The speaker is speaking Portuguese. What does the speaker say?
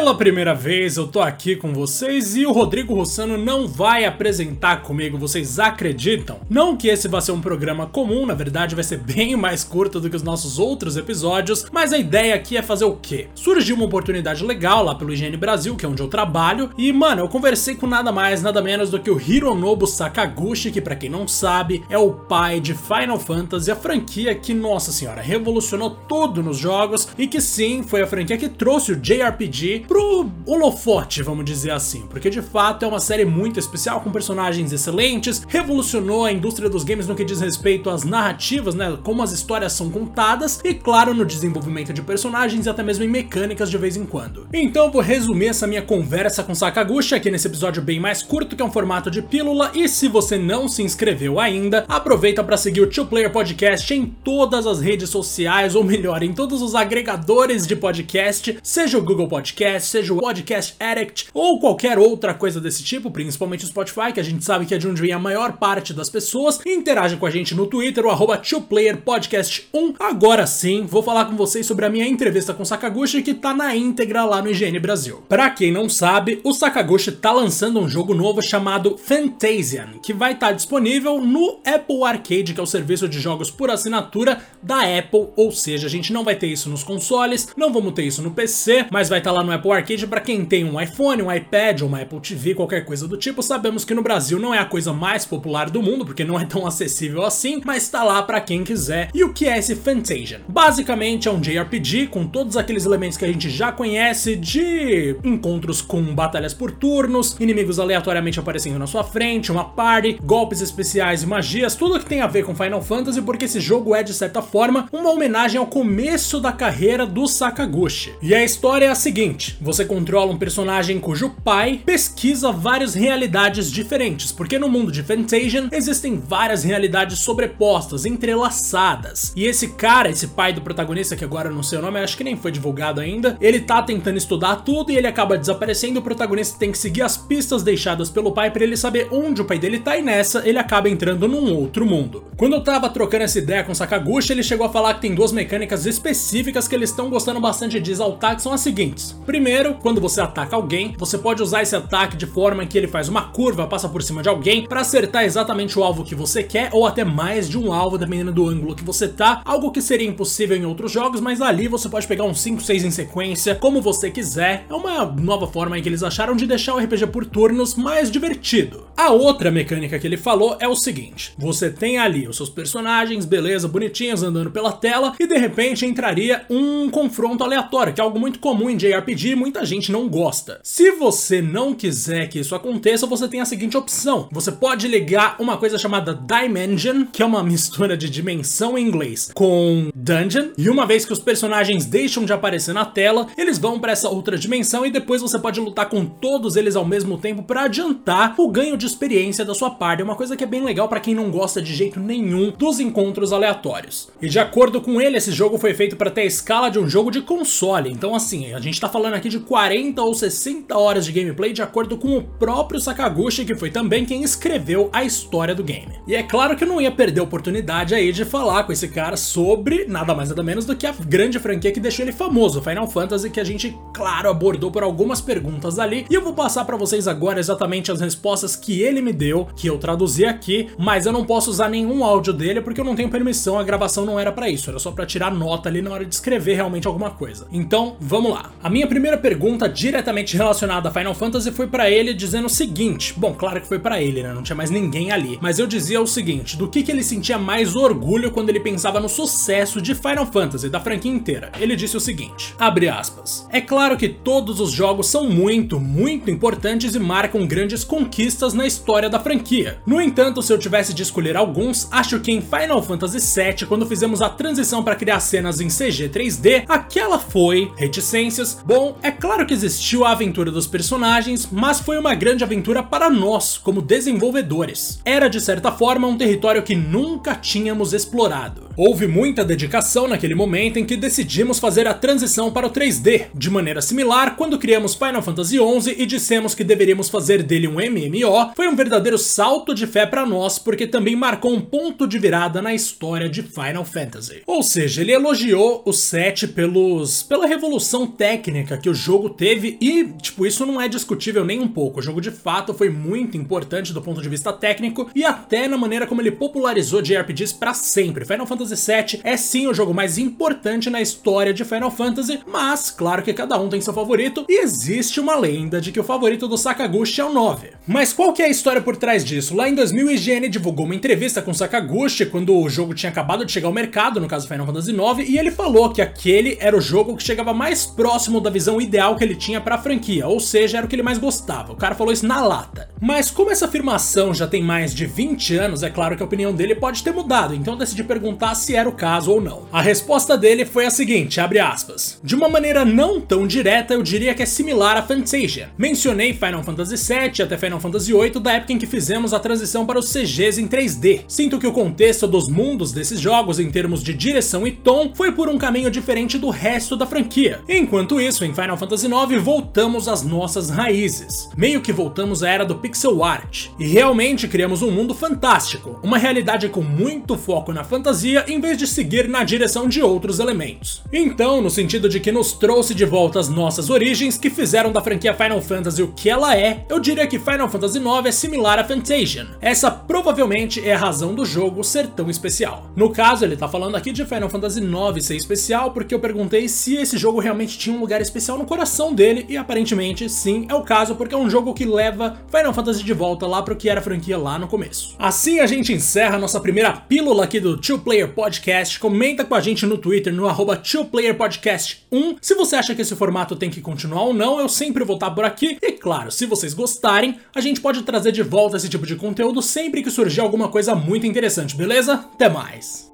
Pela primeira vez eu tô aqui com vocês e o Rodrigo Rossano não vai apresentar comigo, vocês acreditam? Não que esse vai ser um programa comum, na verdade vai ser bem mais curto do que os nossos outros episódios, mas a ideia aqui é fazer o quê? Surgiu uma oportunidade legal lá pelo IGN Brasil, que é onde eu trabalho, e mano, eu conversei com nada mais, nada menos do que o Hironobu Sakaguchi, que pra quem não sabe, é o pai de Final Fantasy, a franquia que, nossa senhora, revolucionou tudo nos jogos e que sim, foi a franquia que trouxe o JRPG pro holofote, vamos dizer assim, porque de fato é uma série muito especial, com personagens excelentes, revolucionou a indústria dos games no que diz respeito às narrativas, né, como as histórias são contadas, e claro, no desenvolvimento de personagens e até mesmo em mecânicas de vez em quando. Então eu vou resumir essa minha conversa com Sakaguchi aqui nesse episódio bem mais curto, que é um formato de pílula, e se você não se inscreveu ainda, aproveita para seguir o Two Player Podcast em todas as redes sociais, ou melhor, em todos os agregadores de podcast, seja o Google Podcast, seja o Podcast Addict ou qualquer outra coisa desse tipo, principalmente o Spotify, que a gente sabe que é de onde vem a maior parte das pessoas. Interage com a gente no Twitter, o @twoplayerpodcast1. Agora sim, vou falar com vocês sobre a minha entrevista com o Sakaguchi, que tá na íntegra lá no IGN Brasil. Pra quem não sabe, o Sakaguchi tá lançando um jogo novo chamado Fantasian, que vai estar disponível no Apple Arcade, que é o serviço de jogos por assinatura da Apple, ou seja, a gente não vai ter isso nos consoles, não vamos ter isso no PC, mas vai estar lá no Apple Arcade para quem tem um iPhone, um iPad ou uma Apple TV, qualquer coisa do tipo. Sabemos que no Brasil não é a coisa mais popular do mundo, porque não é tão acessível assim, mas tá lá para quem quiser. E o que é esse Fantasian? Basicamente é um JRPG com todos aqueles elementos que a gente já conhece, de encontros com batalhas por turnos, inimigos aleatoriamente aparecendo na sua frente, uma party, golpes especiais e magias, tudo que tem a ver com Final Fantasy, porque esse jogo é de certa forma uma homenagem ao começo da carreira do Sakaguchi. E a história é a seguinte: você controla um personagem cujo pai pesquisa várias realidades diferentes, porque no mundo de Fantasian existem várias realidades sobrepostas, entrelaçadas. E esse cara, esse pai do protagonista, que agora eu não sei o nome, acho que nem foi divulgado ainda, ele tá tentando estudar tudo e ele acaba desaparecendo. O protagonista tem que seguir as pistas deixadas pelo pai pra ele saber onde o pai dele tá, e nessa ele acaba entrando num outro mundo. Quando eu tava trocando essa ideia com o Sakaguchi, ele chegou a falar que tem duas mecânicas específicas que eles estão gostando bastante de exaltar, que são as seguintes. Primeiro, quando você ataca alguém, você pode usar esse ataque de forma que ele faz uma curva, passa por cima de alguém, pra acertar exatamente o alvo que você quer, ou até mais de um alvo, dependendo do ângulo que você tá, algo que seria impossível em outros jogos, mas ali você pode pegar uns 5, 6 em sequência, como você quiser. É uma nova forma aí que eles acharam de deixar o RPG por turnos mais divertido. A outra mecânica que ele falou é o seguinte: você tem ali os seus personagens, beleza, bonitinhos, andando pela tela, e de repente entraria um confronto aleatório, que é algo muito comum em JRPG e muita gente não gosta. Se você não quiser que isso aconteça, você tem a seguinte opção: você pode ligar uma coisa chamada Dimension, que é uma mistura de dimensão em inglês com Dungeon, e uma vez que os personagens deixam de aparecer na tela, eles vão para essa outra dimensão e depois você pode lutar com todos eles ao mesmo tempo para adiantar o ganho de experiência da sua party. É uma coisa que é bem legal para quem não gosta de jeito nenhum dos encontros aleatórios. E de acordo com ele, esse jogo foi feito para ter a escala de um jogo de console, então assim, a gente tá falando aqui de 40 ou 60 horas de gameplay, de acordo com o próprio Sakaguchi, que foi também quem escreveu a história do game. E é claro que eu não ia perder a oportunidade aí de falar com esse cara sobre nada mais nada menos do que a grande franquia que deixou ele famoso, Final Fantasy, que a gente, claro, abordou por algumas perguntas ali, e eu vou passar pra vocês agora exatamente as respostas que ele me deu, que eu traduzi aqui, mas eu não posso usar nenhum áudio dele porque eu não tenho permissão, a gravação não era pra isso, era só pra tirar nota ali na hora de escrever realmente alguma coisa. Então, vamos lá. A minha primeira pergunta diretamente relacionada a Final Fantasy foi pra ele, dizendo o seguinte, bom, claro que foi pra ele, né, não tinha mais ninguém ali, mas eu dizia o seguinte: do que ele sentia mais orgulho quando ele pensava no sucesso de Final Fantasy, da franquia inteira. Ele disse o seguinte, abre aspas: é claro que todos os jogos são muito importantes e marcam grandes conquistas na história da franquia. No entanto, se eu tivesse de escolher alguns, acho que em Final Fantasy VII, quando fizemos a transição para criar cenas em CG 3D, aquela foi, reticências, bom, é claro que existiu a aventura dos personagens, mas foi uma grande aventura para nós, como desenvolvedores. Era de certa forma um território que nunca tínhamos explorado. Houve muita dedicação naquele momento em que decidimos fazer a transição para o 3D, de maneira similar quando criamos Final Fantasy XI e dissemos que deveríamos fazer dele um MMO. Foi um verdadeiro salto de fé para nós, porque também marcou um ponto de virada na história de Final Fantasy. Ou seja, ele elogiou o 7 pela revolução técnica que o jogo teve e, tipo, isso não é discutível nem um pouco. O jogo de fato foi muito importante do ponto de vista técnico e até na maneira como ele popularizou JRPGs pra sempre. Final Fantasy VII é sim o jogo mais importante na história de Final Fantasy, mas claro que cada um tem seu favorito e existe uma lenda de que o favorito do Sakaguchi é o 9. Mas qual que é a história por trás disso? Lá em 2000 a IGN divulgou uma entrevista com Sakaguchi quando o jogo tinha acabado de chegar ao mercado, no caso Final Fantasy IX, e ele falou que aquele era o jogo que chegava mais próximo da visão ideal que ele tinha pra franquia, ou seja, era o que ele mais gostava. O cara falou isso na lata. Mas como essa afirmação já tem mais de 20 anos, é claro que a opinião dele pode ter mudado, então eu decidi perguntar se era o caso ou não. A resposta dele foi a seguinte, abre aspas: de uma maneira não tão direta, eu diria que é similar a Fantasia. Mencionei Final Fantasy VII até Final Fantasy VIII da época em que fizemos a transição para os CGs em 3D. Sinto que o contexto dos mundos desses jogos em termos de direção e tom foi por um caminho diferente do resto da franquia. Enquanto isso, em Final Fantasy IX voltamos às nossas raízes. Meio que voltamos à era do pixel art. E realmente criamos um mundo fantástico, uma realidade com muito foco na fantasia em vez de seguir na direção de outros elementos. Então, no sentido de que nos trouxe de volta às nossas origens que fizeram da franquia Final Fantasy o que ela é, eu diria que Final Fantasy IX é similar a Fantasian. Essa provavelmente é a razão do jogo ser tão especial. No caso, ele tá falando aqui de Final Fantasy IX ser especial porque eu perguntei se esse jogo realmente tinha um lugar especial no coração dele e aparentemente sim, é o caso porque é um jogo que leva Final Fantasy de volta lá pro que era a franquia lá no começo. Assim a gente encerra a nossa primeira pílula aqui do Two Player Podcast. Comenta com a gente no Twitter no @twoplayerpodcast1 se você acha que esse formato tem que continuar ou não, eu sempre vou estar por aqui. E claro, se vocês gostarem, a gente pode trazer de volta esse tipo de conteúdo sempre que surgir alguma coisa muito interessante, beleza? Até mais!